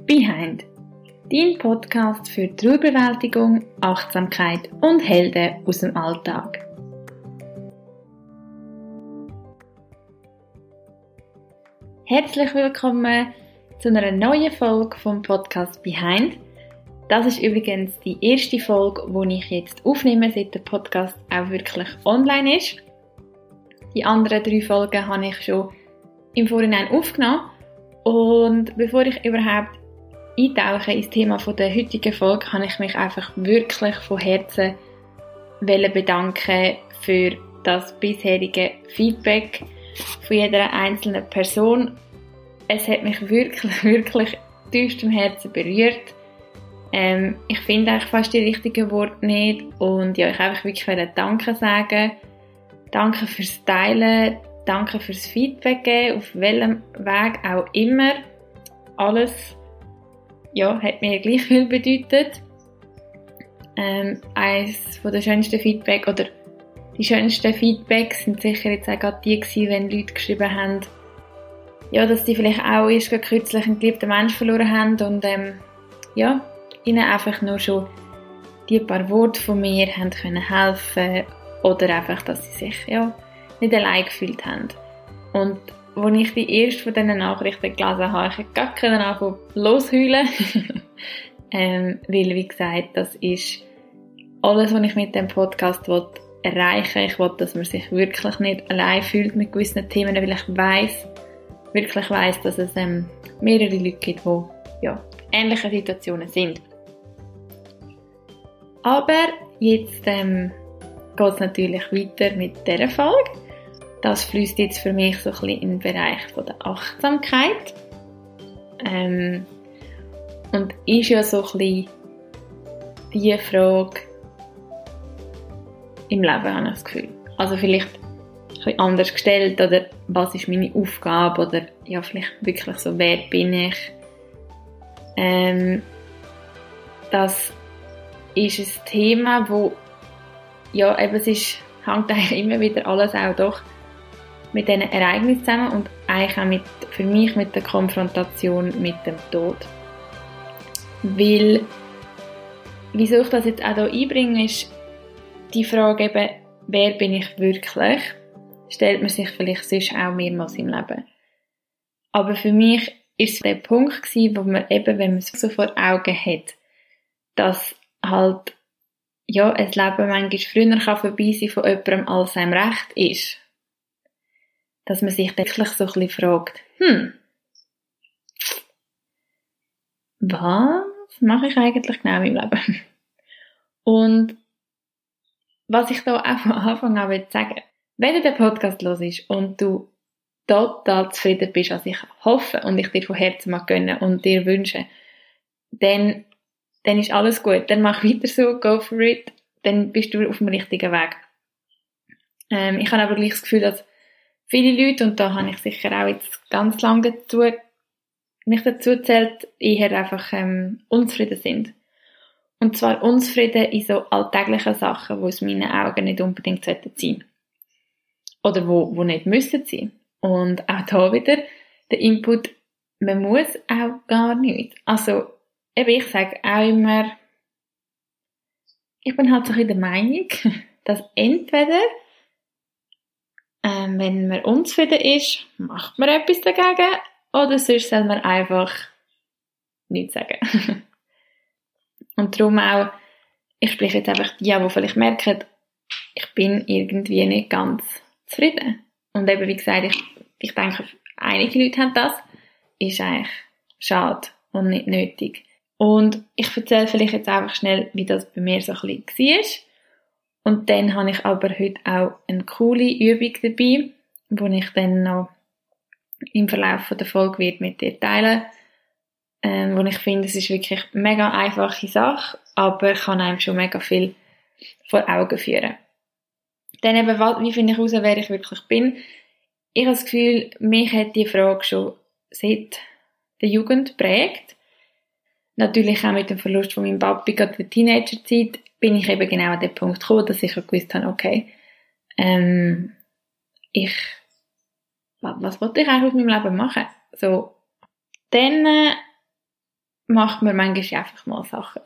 Behind, dein Podcast für Trauerbewältigung, Achtsamkeit und Helden aus dem Alltag. Herzlich willkommen zu einer neuen Folge vom Podcast Behind. Das ist übrigens die erste Folge, die ich jetzt aufnehme, seit der Podcast auch wirklich online ist. Die anderen 3 Folgen habe ich schon im Vorhinein aufgenommen. Und bevor ich überhaupt eintauche ins Thema der heutigen Folge, kann ich mich einfach wirklich von Herzen bedanken für das bisherige Feedback von jeder einzelnen Person. Es hat mich wirklich tiefst im Herzen berührt. Ich finde eigentlich fast die richtigen Worte nicht. Und ja, ich einfach wirklich Danke sagen. Danke fürs Teilen. Danke fürs Feedback geben, auf welchem Weg auch immer. Alles, ja, hat mir gleich viel bedeutet. Eines der schönsten Feedback, oder die schönsten Feedbacks sind sicher jetzt auch gerade die gewesen, wenn Leute geschrieben haben, ja, dass die vielleicht auch erst kürzlich einen geliebten Menschen verloren haben und, ja, ihnen einfach nur schon die paar Worte von mir haben können helfen oder einfach, dass sie sich, ja, nicht allein gefühlt haben. Und als ich die erste von diesen Nachrichten gelesen habe, ich gar keinen anfangen losheulen. Weil, wie gesagt, das ist alles, was ich mit dem Podcast erreichen will. Ich will, dass man sich wirklich nicht allein fühlt mit gewissen Themen, weil ich wirklich weiss, dass es mehrere Leute gibt, die ja, ähnliche Situationen sind. Aber jetzt geht es natürlich weiter mit dieser Folge. Das fließt jetzt für mich so ein bisschen in den Bereich der Achtsamkeit. Und ist ja so ein bisschen die Frage im Leben, habe ich das Gefühl. Also vielleicht ein bisschen anders gestellt, oder was ist meine Aufgabe, oder ja, vielleicht wirklich so, wer bin ich? Das ist ein Thema, wo, ja, eben hängt eigentlich immer wieder alles auch doch mit diesen Ereignissen zusammen und eigentlich auch für mich mit der Konfrontation mit dem Tod. Weil, wieso ich das jetzt auch hier einbringe, ist die Frage eben, wer bin ich wirklich, stellt man sich vielleicht sonst auch mehrmals im Leben. Aber für mich ist es der Punkt gewesen, wo man eben, wenn man es so vor Augen hat, dass halt, ja, ein Leben manchmal früher vorbei sein von jemandem, als einem recht ist. Dass man sich wirklich so ein bisschen fragt, was mache ich eigentlich genau im Leben? Und was ich da auch von Anfang an sagen will, wenn du den Podcast hörst und du total zufrieden bist, was ich hoffe und ich dir von Herzen mag gönnen und dir wünsche, dann ist alles gut. Dann mach weiter so, go for it. Dann bist du auf dem richtigen Weg. Ich habe aber gleich das Gefühl, dass viele Leute, und da habe ich sicher auch jetzt ganz lange mich dazu gezählt, eher einfach unzufrieden sind. Und zwar unzufrieden in so alltäglichen Sachen, die aus meinen Augen nicht unbedingt sein sollten. Oder wo nicht müssen sein. Und auch da wieder der Input, man muss auch gar nichts. Also, eben, ich sage auch immer, ich bin halt so ein bisschen der Meinung, dass entweder wenn man unzufrieden ist, macht man etwas dagegen, oder sonst soll man einfach nichts sagen. Und darum auch, ich spreche jetzt einfach die, die vielleicht merken, ich bin irgendwie nicht ganz zufrieden. Und eben, wie gesagt, ich denke, einige Leute haben das, ist eigentlich schade und nicht nötig. Und ich erzähle vielleicht jetzt einfach schnell, wie das bei mir so ein bisschen war. Und dann habe ich aber heute auch eine coole Übung dabei, die ich dann noch im Verlauf der Folge mit dir teilen werde. Wo ich finde, es ist wirklich eine mega einfache Sache, aber kann einem schon mega viel vor Augen führen. Dann eben, wie finde ich heraus, wer ich wirklich bin? Ich habe das Gefühl, mich hat die Frage schon seit der Jugend geprägt. Natürlich auch mit dem Verlust von meinem Papi, gerade in der Teenagerzeit, bin ich eben genau an den Punkt gekommen, dass ich gewusst habe, okay, was wollte ich eigentlich aus meinem Leben machen? So, dann macht man manchmal einfach mal Sachen.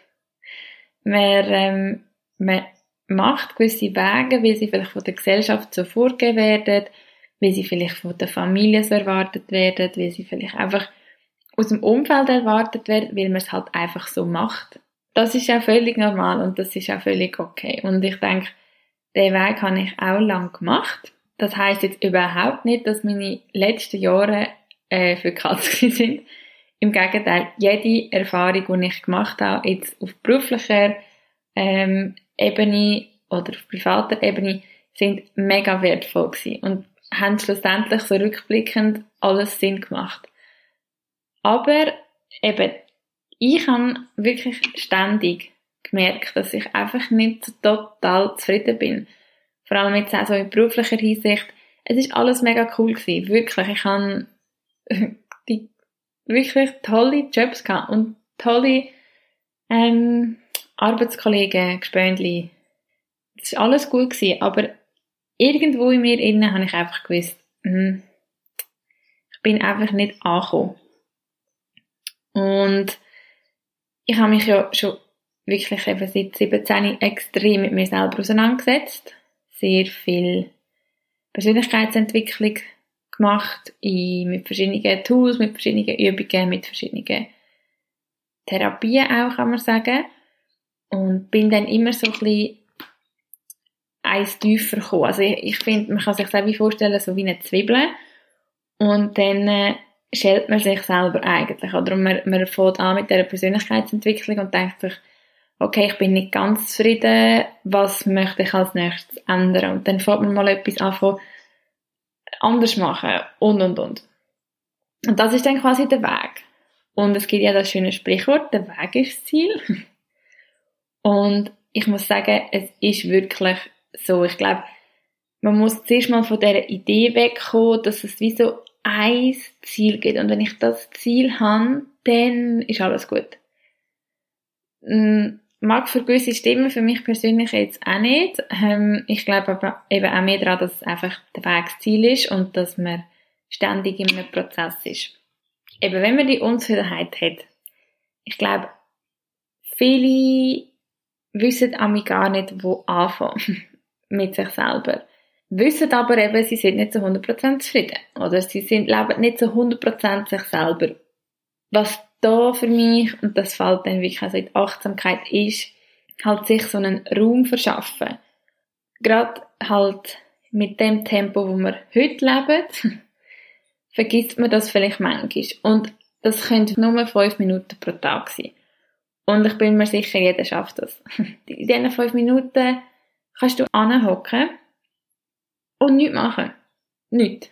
man macht gewisse Wege, weil sie vielleicht von der Gesellschaft so vorgegeben werden, weil sie vielleicht von der Familie so erwartet werden, weil sie vielleicht einfach aus dem Umfeld erwartet werden, weil man es halt einfach so macht. Das ist auch völlig normal und das ist auch völlig okay. Und ich denke, den Weg habe ich auch lang gemacht. Das heisst jetzt überhaupt nicht, dass meine letzten Jahre für Katz sind. Im Gegenteil, jede Erfahrung, die ich gemacht habe, jetzt auf beruflicher Ebene oder auf privater Ebene, sind mega wertvoll gewesen und haben schlussendlich so rückblickend alles Sinn gemacht. Aber eben, ich habe wirklich ständig gemerkt, dass ich einfach nicht so total zufrieden bin. Vor allem jetzt auch so in beruflicher Hinsicht. Es ist alles mega cool gewesen. Wirklich. Ich habe die wirklich tolle Jobs gehabt und tolle Arbeitskollegen, Gespöndli. Das ist alles gut gewesen. Aber irgendwo in mir innen habe ich einfach gewusst, ich bin einfach nicht angekommen. Und ich habe mich ja schon wirklich eben seit 17 extrem mit mir selber auseinandergesetzt. Sehr viel Persönlichkeitsentwicklung gemacht, mit verschiedenen Tools, mit verschiedenen Übungen, mit verschiedenen Therapien auch, kann man sagen. Und bin dann immer so ein bisschen eins tiefer gekommen. Also ich finde, man kann sich das wie vorstellen, so wie eine Zwiebel. Und dann schält man sich selber eigentlich. Oder man fängt an mit dieser Persönlichkeitsentwicklung und denkt sich, okay, ich bin nicht ganz zufrieden, was möchte ich als nächstes ändern? Und dann fängt man mal etwas an, anders machen und. Und das ist dann quasi der Weg. Und es gibt ja das schöne Sprichwort, der Weg ist das Ziel. Und ich muss sagen, es ist wirklich so. Ich glaube, man muss zuerst mal von dieser Idee wegkommen, dass es wie so ein Ziel gibt. Und wenn ich das Ziel habe, dann ist alles gut. Mag für gewisse Stimmen, für mich persönlich jetzt auch nicht. Ich glaube aber eben auch mehr daran, dass es einfach der Weg das Ziel ist und dass man ständig in einem Prozess ist. Eben, wenn man die Unzufriedenheit hat, ich glaube, viele wissen an gar nicht, wo anfangen mit sich selber. Wissen aber eben, sie sind nicht zu 100% zufrieden. Oder sie leben nicht zu 100% sich selber. Was da für mich, und das fällt dann wirklich also in die Achtsamkeit, ist, halt sich so einen Raum verschaffen. Gerade halt mit dem Tempo, wo wir heute leben, vergisst man das vielleicht manchmal. Und das können nur 5 Minuten pro Tag sein. Und ich bin mir sicher, jeder schafft das. In diesen 5 Minuten kannst du anhocken und nichts machen. Nichts.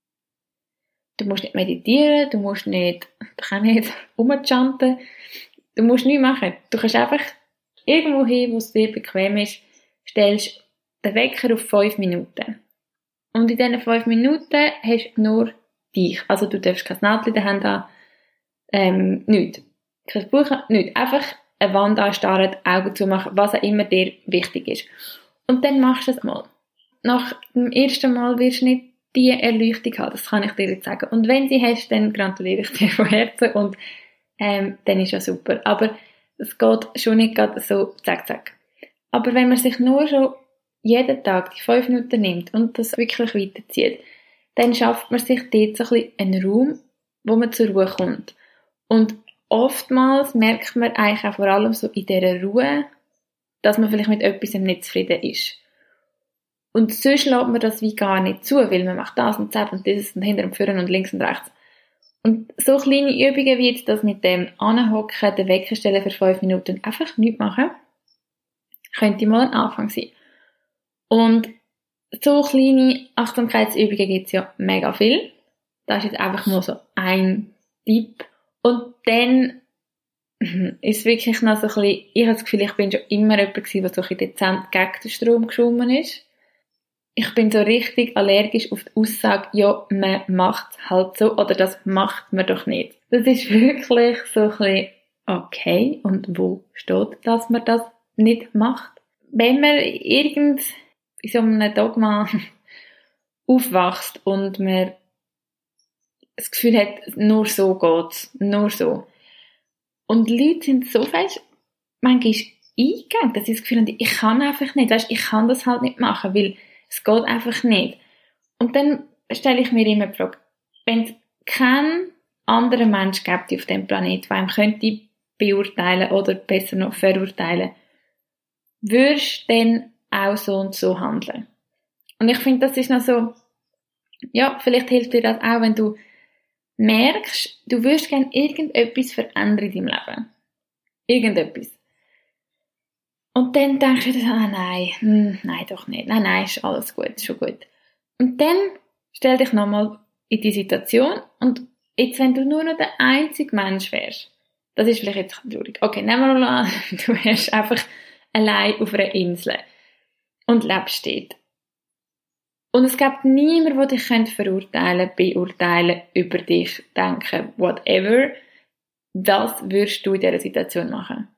Du musst nicht meditieren, du kannst nicht rumchanten, du musst nichts machen. Du kannst einfach irgendwo hin, wo es dir bequem ist, stellst den Wecker auf 5 Minuten. Und in diesen 5 Minuten hast du nur dich. Also du darfst kein Nadel in der Hand haben, nichts. Kein Buch, nichts. Einfach eine Wand anstarren, die Augen zumachen, was auch immer dir wichtig ist. Und dann machst du es mal. Nach dem ersten Mal wirst du nicht die Erleuchtung haben, das kann ich dir jetzt sagen. Und wenn sie hast, dann gratuliere ich dir von Herzen und dann ist ja super. Aber es geht schon nicht gerade so zack, zack. Aber wenn man sich nur schon jeden Tag die 5 Minuten nimmt und das wirklich weiterzieht, dann schafft man sich dort so ein bisschen einen Raum, wo man zur Ruhe kommt. Und oftmals merkt man eigentlich auch vor allem so in dieser Ruhe, dass man vielleicht mit etwas nicht zufrieden ist. Und sonst lässt man das wie gar nicht zu, weil man macht das und das und dieses und hinter und vorne und links und rechts. Und so kleine Übungen wie jetzt das mit dem Anhocken, den Wecker stellen für 5 Minuten und einfach nichts machen, könnte mal ein Anfang sein. Und so kleine Achtsamkeitsübungen gibt es ja mega viel. Das ist jetzt einfach mal so ein Tipp. Und dann ist wirklich noch so ein bisschen, ich habe das Gefühl, ich bin schon immer jemand gewesen, der so ein bisschen dezent gegen den Strom geschwommen ist. Ich bin so richtig allergisch auf die Aussage, ja, man macht es halt so, oder das macht man doch nicht. Das ist wirklich so ein bisschen, okay, und wo steht, dass man das nicht macht? Wenn man in so einem Dogma aufwachst und man das Gefühl hat, nur so geht's, nur so, Und Leute sind so fest, manchmal eingegangen, dass sie das Gefühl haben, ich kann einfach nicht, weißt, ich kann das halt nicht machen, weil es geht einfach nicht. Und dann stelle ich mir immer die Frage, wenn es keinen anderen Mensch gibt auf dem Planeten, der einem könnte beurteilen oder besser noch verurteilen, würdest du dann auch so und so handeln? Und ich finde, das ist noch so, ja, vielleicht hilft dir das auch, wenn du merkst, du würdest gerne irgendetwas verändern in deinem Leben. Irgendetwas. Und dann denkst du dir, nein, doch nicht. Nein, ist alles gut, ist schon gut. Und dann stell dich nochmal in die Situation und jetzt, wenn du nur noch der einzige Mensch wärst, das ist vielleicht jetzt traurig. Okay, nehmen wir mal an, du wärst einfach allein auf einer Insel und lebst dort. Und es gibt niemanden, der dich verurteilen, beurteilen, über dich denken, whatever. Was würdest du in dieser Situation machen?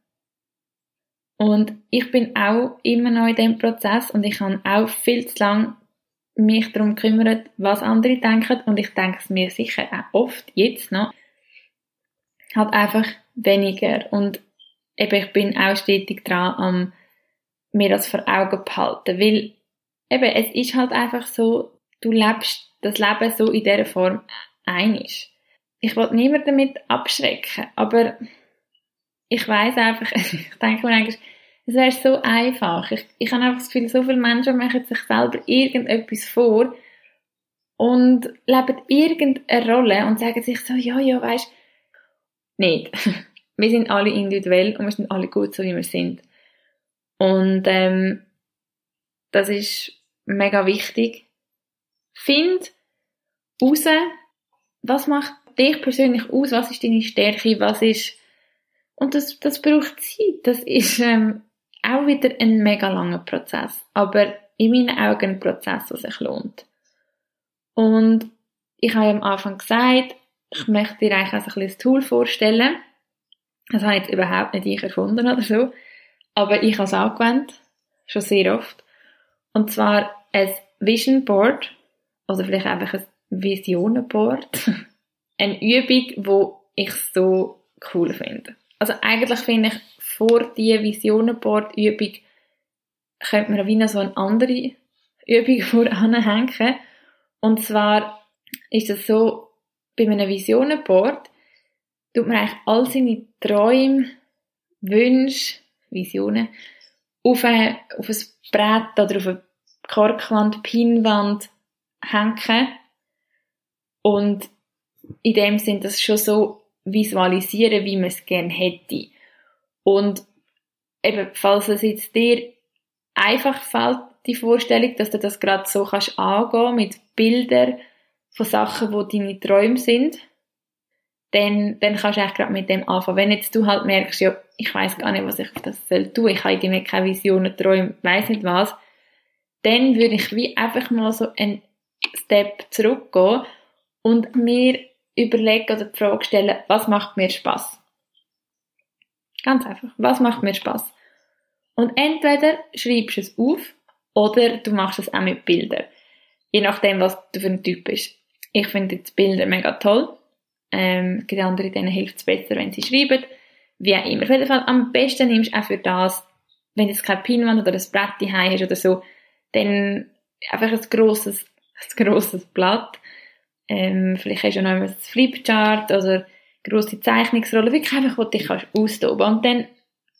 Und ich bin auch immer noch in diesem Prozess und ich habe auch viel zu lange mich darum gekümmert, was andere denken, und ich denke es mir sicher auch oft, jetzt noch, halt einfach weniger. Und eben, ich bin auch stetig dran, mir das vor Augen behalten, weil eben, es ist halt einfach so, du lebst das Leben so in dieser Form einig. Ich will niemanden damit abschrecken, aber ich weiss einfach, ich denke mir eigentlich, es wäre so einfach. Ich habe einfach das Gefühl, so viele Menschen machen sich selber irgendetwas vor und leben irgendeine Rolle und sagen sich so, ja, weisst, nicht. Wir sind alle individuell und wir sind alle gut, so wie wir sind. Und das ist mega wichtig. Find raus, was macht dich persönlich aus, was ist deine Stärke, was ist, und das braucht Zeit. Das ist auch wieder ein mega langer Prozess, aber in meinen Augen ein Prozess, der sich lohnt. Und ich habe ja am Anfang gesagt, ich möchte dir eigentlich also ein Tool vorstellen. Das habe ich jetzt überhaupt nicht ich erfunden oder so, aber ich habe es angewendet, schon sehr oft. Und zwar ein Vision Board, oder vielleicht einfach ein Visionenboard. Eine Übung, die ich so cool finde. Also eigentlich finde ich, vor dieser Visionenboard-Übung könnte man wie noch so eine andere Übung voranhängen. Und zwar ist es so, bei einem Visionenboard tut man eigentlich all seine Träume, Wünsche, Visionen auf ein Brett oder auf eine Korkwand, Pinnwand hängen. Und in dem Sinn das schon so visualisieren, wie man es gerne hätte. Und eben, falls es jetzt dir einfach fällt, die Vorstellung, dass du das gerade so kannst angehen mit Bildern von Sachen, die deine Träume sind, dann kannst du eigentlich gerade mit dem anfangen. Wenn jetzt du halt merkst, ja, ich weiss gar nicht, was ich auf das tun soll, ich habe irgendwie keine Visionen, Träume, weiss nicht was, dann würde ich wie einfach mal so einen Step zurückgehen und mir überlegen oder die Frage stellen, was macht mir Spass? Ganz einfach. Was macht mir Spass? Und entweder schreibst du es auf oder du machst es auch mit Bildern. Je nachdem, was du für ein Typ bist. Ich finde jetzt Bilder mega toll. Es gibt andere, denen hilft es besser, wenn sie schreiben. Wie auch immer. Auf jeden Fall, am besten nimmst du auch für das, wenn du jetzt keine Pinnwand oder ein Brett daheim hast oder so, dann einfach ein grosses Blatt. Vielleicht hast du noch ein Flipchart oder grosse Zeichnungsrolle, wirklich einfach, wo du dich austoben kannst. Und dann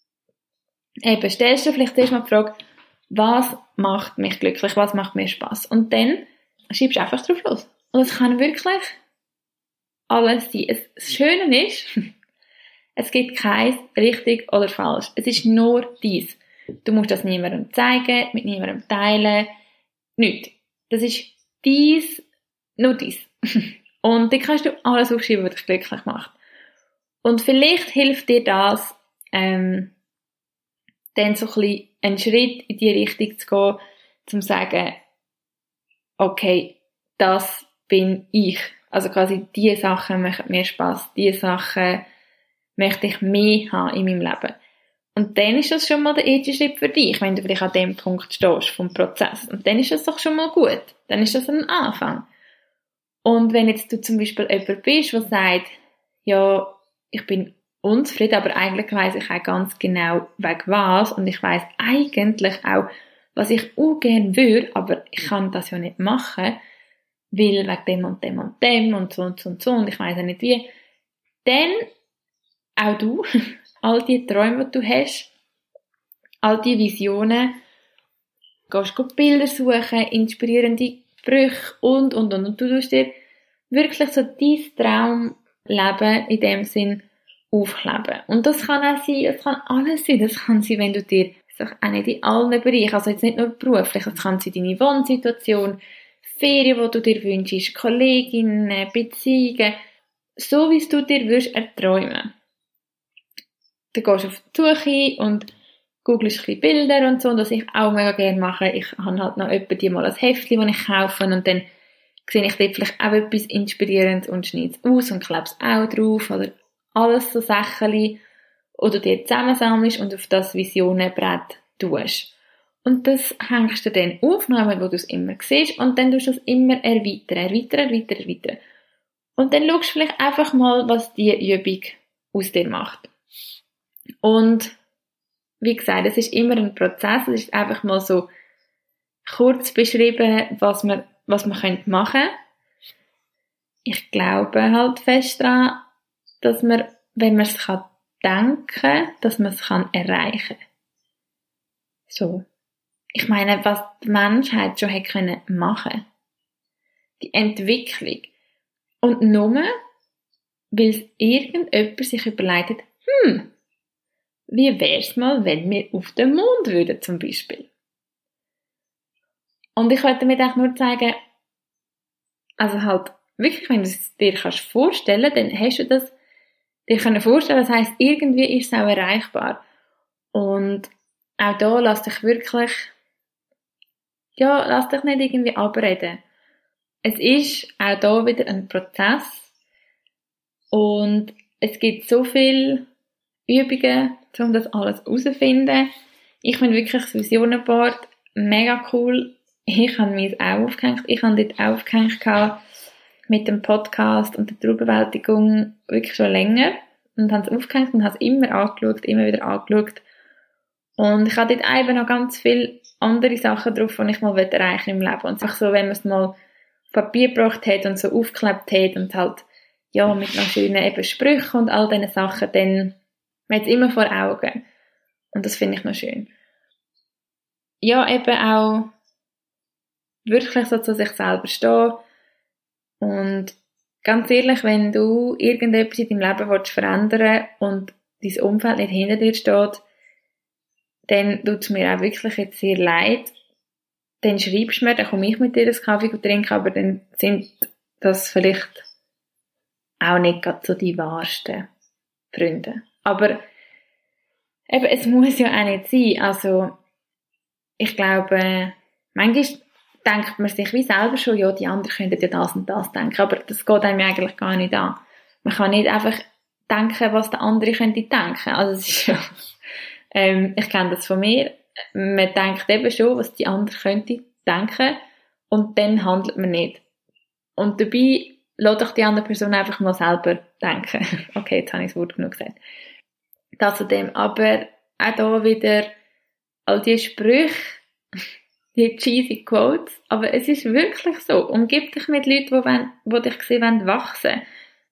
eben stellst du vielleicht erst mal die Frage, was macht mich glücklich, was macht mir Spass? Und dann schreibst du einfach drauf los. Und es kann wirklich alles sein. Das Schöne ist, es gibt kein richtig oder falsch. Es ist nur dies. Du musst das niemandem zeigen, mit niemandem teilen, nichts. Das ist dies, nur dies. Und dann kannst du alles aufschreiben, was dich glücklich macht. Und vielleicht hilft dir das, dann so ein bisschen einen Schritt in die Richtung zu gehen, zum zu sagen, okay, das bin ich. Also quasi, diese Sachen machen mir Spass, diese Sachen möchte ich mehr haben in meinem Leben. Und dann ist das schon mal der erste Schritt für dich, wenn du vielleicht an dem Punkt stehst vom Prozess. Und dann ist das doch schon mal gut. Dann ist das ein Anfang. Und wenn jetzt du zum Beispiel jemand bist, der sagt, ja, ich bin unzufrieden, aber eigentlich weiss ich auch ganz genau, wegen was, und ich weiss eigentlich auch, was ich auch gerne würde, aber ich kann das ja nicht machen, weil wegen dem und dem und dem und so und so und so, und ich weiss ja nicht wie. Dann, auch du, all die Träume, die du hast, all die Visionen, gehst Bilder suchen, inspirierende Sprüche und. Und du tust dir wirklich so dein Traumleben in dem Sinn aufkleben. Und das kann auch sein, das kann alles sein. Das kann sein, wenn du dir, auch nicht in allen Bereichen, also jetzt nicht nur beruflich, das kann sein deine Wohnsituation, Ferien, die du dir wünschst, Kolleginnen, Beziehungen, so wie du dir würdest erträumen. Dann gehst du auf die Suche und googelst ein bisschen Bilder und so, und was ich auch mega gerne mache, ich habe halt noch etwa die mal ein Heftchen, das ich kaufe, und dann sehe ich dort vielleicht auch etwas Inspirierendes und schneide es aus und klebe es auch drauf, oder alles so Sachen, oder dir zusammensammelst und auf das Visionenbrett tust. Und das hängst du dann auf, wo du es immer siehst, und dann tust du es immer erweitern. Und dann schaust du vielleicht einfach mal, was die Übung aus dir macht. Und wie gesagt, es ist immer ein Prozess, es ist einfach mal so kurz beschrieben, was man machen könnte. Ich glaube halt fest daran, dass man, wenn man es denken kann, dass man es erreichen kann. So. Ich meine, was die Menschheit schon hätte machen können. Die Entwicklung. Und nur, weil irgendjemand sich überlegt hat, wie wär's mal, wenn wir auf den Mond würden, zum Beispiel. Und ich wollte damit auch nur sagen, also halt, wirklich, wenn du es dir vorstellen kannst, dann hast du das dir vorstellen, das heisst, irgendwie ist es auch erreichbar. Und auch da lass dich wirklich, lass dich nicht irgendwie abreden. Es ist auch da wieder ein Prozess. Und es gibt so viele Übungen, um das alles herauszufinden. Ich finde wirklich das Visionenboard mega cool. Ich habe mich auch aufgehängt. Ich habe dort aufgehängt mit dem Podcast und der Trauerbewältigung wirklich schon länger. Und habe es aufgehängt und habe es immer wieder angeschaut. Und ich habe dort eben noch ganz viele andere Sachen drauf, die ich mal erreichen im Leben. Und einfach so, wenn man es mal auf Papier gebracht hat und so aufgeklebt hat und halt, mit noch schönen eben Sprüchen und all diesen Sachen, dann man hat es immer vor Augen. Und das finde ich noch schön. Ja, eben auch wirklich so zu sich selber stehen. Und ganz ehrlich, wenn du irgendetwas in deinem Leben verändern willst und dein Umfeld nicht hinter dir steht, dann tut es mir auch wirklich jetzt sehr leid. Dann schreibst du mir, dann komme ich mit dir einen Kaffee trinken, aber dann sind das vielleicht auch nicht gerade so die wahrsten Freunde. Aber eben, es muss ja auch nicht sein. Also, ich glaube, manchmal denkt man sich wie selber schon, die anderen könnten ja das und das denken, aber das geht einem eigentlich gar nicht an. Man kann nicht einfach denken, was der andere könnte denken. Also, es ist ja, ich kenne das von mir. Man denkt eben schon, was die andere könnte denken, und dann handelt man nicht. Und dabei lässt doch die andere Person einfach mal selber denken. Okay, jetzt habe ich das Wort genug gesagt. Das zu dem. Aber auch da wieder all die Sprüche, die cheesy Quotes, aber es ist wirklich so. Umgib dich mit Leuten, die dich sehen wachsen.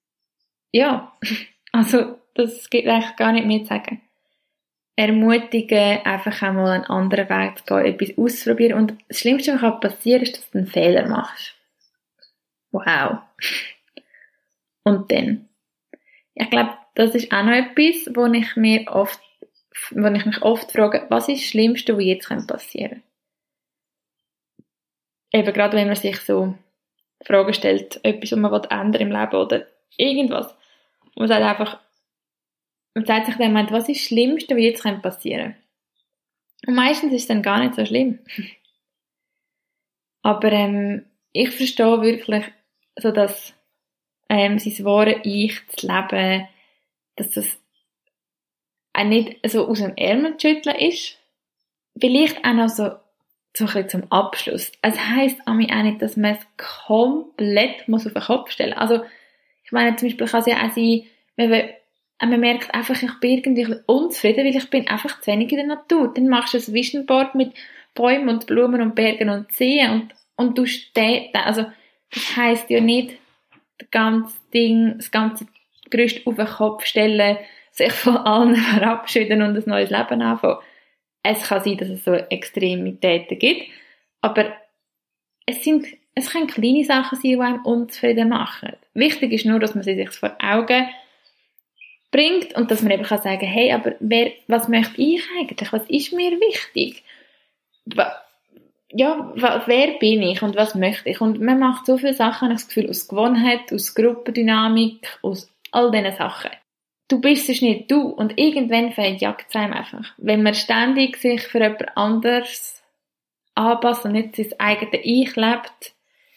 Ja, also das gibt eigentlich gar nicht mehr zu sagen. Ermutigen, einfach einmal einen anderen Weg zu gehen, etwas auszuprobieren. Und das Schlimmste, was passieren kann, ist, dass du einen Fehler machst. Wow. Und dann? Ich glaube, das ist auch noch etwas, wo ich mich oft frage, was ist das Schlimmste, was jetzt passieren kann? Eben gerade, wenn man sich so Fragen stellt, etwas, was man ändern im Leben oder irgendwas. Und man sagt sich dann, was ist das Schlimmste, was jetzt passieren kann? Und meistens ist es dann gar nicht so schlimm. Aber ich verstehe wirklich, so dass sein wahres Ich zu leben, dass das auch nicht so aus dem Ärmel zu schütteln ist. Vielleicht auch noch so ein bisschen zum Abschluss. Es heisst auch nicht, dass man es komplett auf den Kopf stellen muss. Also, ich meine, zum Beispiel kann es ja auch sein, man will man merkt einfach, ich bin irgendwie unzufrieden, weil ich bin einfach zu wenig in der Natur. Dann machst du ein Vision Board mit Bäumen und Blumen und Bergen und Seen und du stehst, also das heisst ja nicht, das ganze Gerüst auf den Kopf stellen, sich von allen verabschieden und ein neues Leben anfangen. Es kann sein, dass es so Extremitäten gibt, aber es können kleine Sachen sein, die einem unzufrieden machen. Wichtig ist nur, dass man sie sich vor Augen bringt und dass man eben kann sagen, hey, aber was möchte ich eigentlich? Was ist mir wichtig? Wer bin ich und was möchte ich? Und man macht so viele Sachen, habe ich das Gefühl, aus Gewohnheit, aus Gruppendynamik, aus all diesen Sachen. Du bist es nicht du und irgendwann verjagt es einem einfach. Wenn man ständig sich für jemand anderes anpasst und nicht sein eigenes Ich lebt,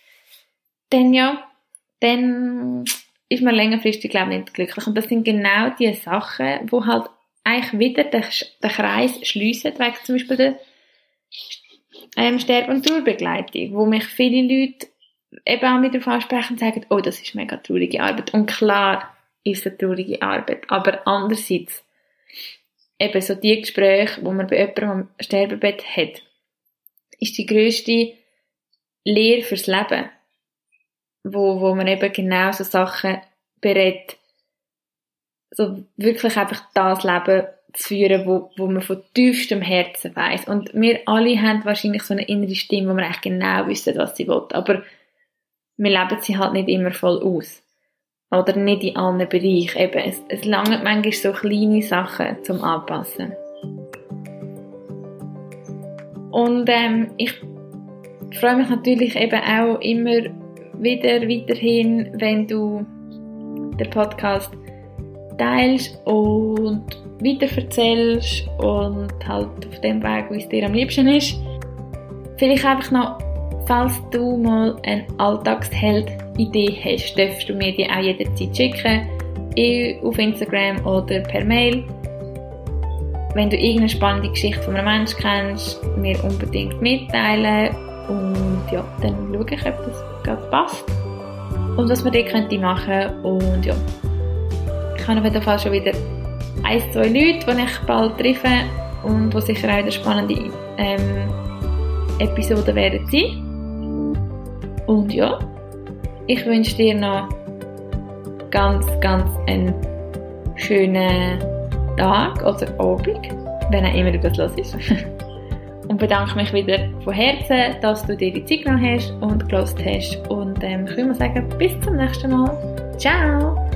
dann ist man längerfristig, glaube ich, nicht glücklich. Und das sind genau die Sachen, die halt eigentlich wieder den Kreis schliessen, wegen zum Beispiel der Sterbe- und Trauerbegleitung, wo mich viele Leute eben auch wieder ansprechen und sagen, oh, das ist mega traurige Arbeit. Und klar ist es eine traurige Arbeit, aber andererseits eben so die Gespräche, die man bei jemandem am Sterbebett hat, ist die grösste Lehre fürs Leben, wo man eben genau so Sachen berät, so wirklich einfach das Leben zu führen, wo man von tiefstem Herzen weiss. Und wir alle haben wahrscheinlich so eine innere Stimme, wo wir eigentlich genau wissen, was sie will. Aber wir leben sie halt nicht immer voll aus. Oder nicht in allen Bereichen. Eben, es langt manchmal so kleine Sachen zum Anpassen. Und ich freue mich natürlich eben auch immer wieder weiterhin, wenn du den Podcast teilst und weiterverzählst und halt auf dem Weg, wie es dir am liebsten ist. Vielleicht einfach noch, falls du mal eine Alltagsheld-Idee hast, darfst du mir die auch jederzeit schicken, auf Instagram oder per Mail. Wenn du irgendeine spannende Geschichte von einem Menschen kennst, mir unbedingt mitteilen und ja, dann schaue ich, ob das gerade passt und was man dort machen könnte. Und ja, ich habe auf jeden Fall schon wieder 1-2 Leute, die ich bald treffe und die sicher auch eine spannende Episoden werden sein. Und ja, ich wünsche dir noch ganz, ganz einen schönen Tag oder Abend, wenn auch immer du das hörst. Und bedanke mich wieder von Herzen, dass du dir die Zeit genommen hast und gehört hast. Und ich würde mal sagen, bis zum nächsten Mal. Ciao!